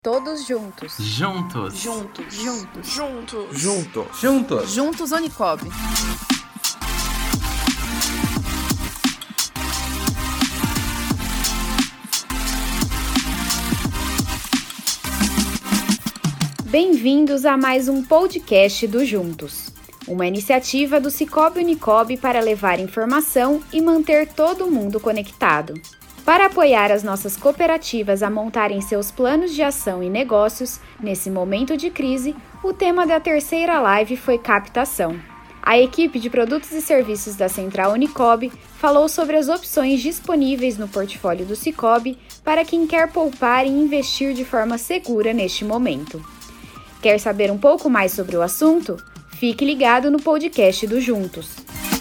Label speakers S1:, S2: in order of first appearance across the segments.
S1: Todos juntos.
S2: Juntos.
S1: Juntos. Juntos.
S3: Juntos.
S4: Juntos.
S2: Juntos.
S1: Juntos Unicob. Bem-vindos a mais um podcast do Juntos, uma iniciativa do Sicoob Unicob para levar informação e manter todo mundo conectado. Para apoiar as nossas cooperativas a montarem seus planos de ação e negócios, nesse momento de crise, o tema da terceira live foi captação. A equipe de produtos e serviços da Central Unicob falou sobre as opções disponíveis no portfólio do Sicoob para quem quer poupar e investir de forma segura neste momento. Quer saber um pouco mais sobre o assunto? Fique ligado no podcast do Juntos.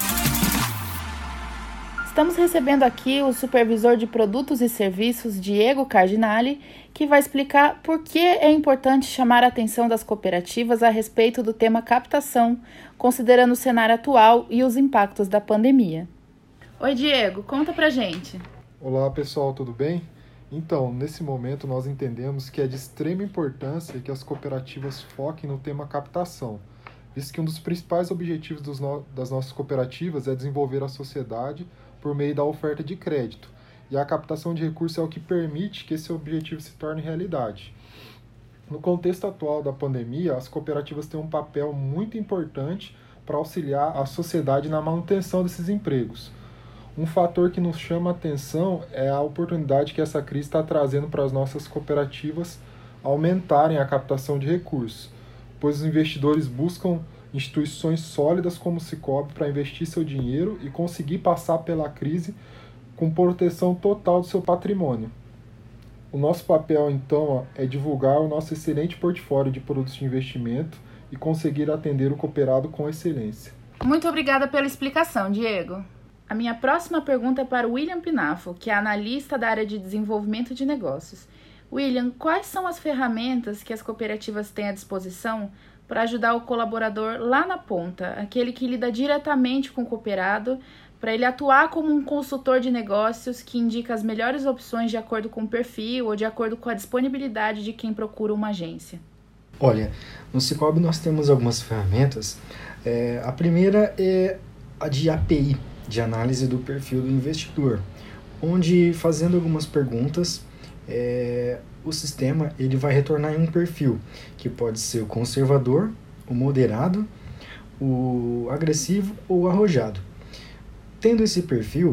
S3: Estamos recebendo aqui o supervisor de produtos e serviços, Diego Cardinali, que vai explicar por que é importante chamar a atenção das cooperativas a respeito do tema captação, considerando o cenário atual e os impactos da pandemia. Oi, Diego, conta pra gente.
S5: Olá, pessoal, tudo bem? Então, nesse momento nós entendemos que é de extrema importância que as cooperativas foquem no tema captação, visto que um dos principais objetivos das nossas cooperativas é desenvolver a sociedade por meio da oferta de crédito, e a captação de recursos é o que permite que esse objetivo se torne realidade. No contexto atual da pandemia, as cooperativas têm um papel muito importante para auxiliar a sociedade na manutenção desses empregos. Um fator que nos chama a atenção é a oportunidade que essa crise está trazendo para as nossas cooperativas aumentarem a captação de recursos, pois os investidores buscam instituições sólidas como o Sicoob para investir seu dinheiro e conseguir passar pela crise com proteção total do seu patrimônio. O nosso papel, então, é divulgar o nosso excelente portfólio de produtos de investimento e conseguir atender o cooperado com excelência.
S3: Muito obrigada pela explicação, Diego. A minha próxima pergunta é para o William Pinafo, que é analista da área de desenvolvimento de negócios. William, quais são as ferramentas que as cooperativas têm à disposição para ajudar o colaborador lá na ponta, aquele que lida diretamente com o cooperado, para ele atuar como um consultor de negócios que indica as melhores opções de acordo com o perfil ou de acordo com a disponibilidade de quem procura uma agência?
S6: Olha, no Sicoob nós temos algumas ferramentas. A primeira é a de API, de análise do perfil do investidor, onde, fazendo algumas perguntas, o sistema ele vai retornar em um perfil, que pode ser o conservador, o moderado, o agressivo ou o arrojado. Tendo esse perfil,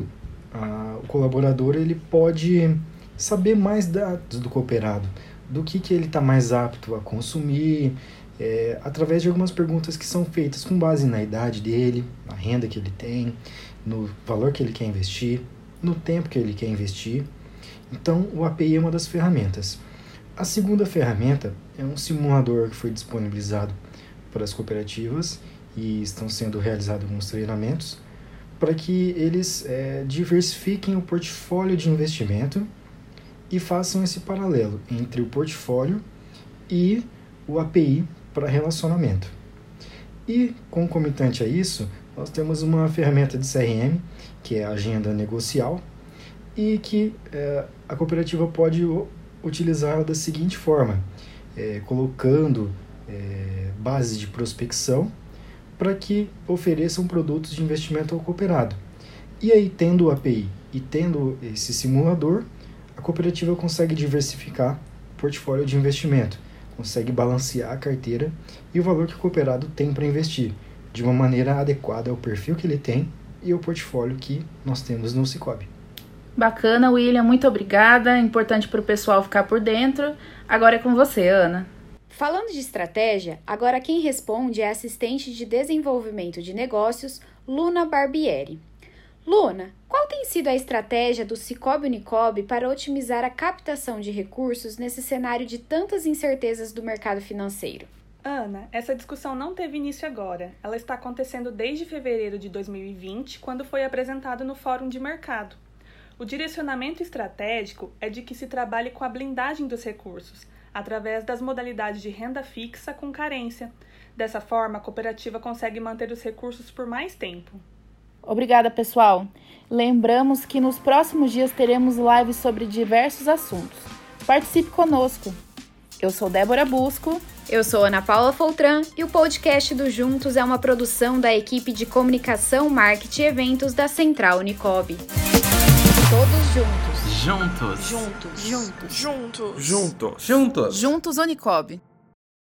S6: o colaborador ele pode saber mais dados do cooperado, do que ele está mais apto a consumir, através de algumas perguntas que são feitas com base na idade dele, na renda que ele tem, no valor que ele quer investir, no tempo que ele quer investir. Então, o API é uma das ferramentas. A segunda ferramenta é um simulador que foi disponibilizado para as cooperativas e estão sendo realizados alguns treinamentos para que eles diversifiquem o portfólio de investimento e façam esse paralelo entre o portfólio e o API para relacionamento. E, concomitante a isso, nós temos uma ferramenta de CRM, que é a agenda negocial, e que a cooperativa pode utilizar da seguinte forma, colocando bases de prospecção para que ofereçam produtos de investimento ao cooperado. E aí, tendo o API e tendo esse simulador, a cooperativa consegue diversificar o portfólio de investimento, consegue balancear a carteira e o valor que o cooperado tem para investir, de uma maneira adequada ao perfil que ele tem e ao portfólio que nós temos no Sicoob.
S3: Bacana, William, muito obrigada. Importante para o pessoal ficar por dentro. Agora é com você, Ana.
S1: Falando de estratégia, agora quem responde é a assistente de desenvolvimento de negócios, Luna Barbieri. Luna, qual tem sido a estratégia do Sicoob Unicob para otimizar a captação de recursos nesse cenário de tantas incertezas do mercado financeiro?
S7: Ana, essa discussão não teve início agora. Ela está acontecendo desde fevereiro de 2020, quando foi apresentado no Fórum de Mercado. O direcionamento estratégico é de que se trabalhe com a blindagem dos recursos, através das modalidades de renda fixa com carência. Dessa forma, a cooperativa consegue manter os recursos por mais tempo.
S3: Obrigada, pessoal. Lembramos que nos próximos dias teremos lives sobre diversos assuntos. Participe conosco! Eu sou Débora Busco.
S1: Eu sou Ana Paula Foltran e o podcast do Juntos é uma produção da equipe de comunicação, marketing e eventos da Central Unicob. Todos juntos.
S2: Juntos.
S4: Juntos.
S2: Juntos.
S4: Juntos.
S2: Juntos.
S4: Juntos.
S3: Juntos Unicob.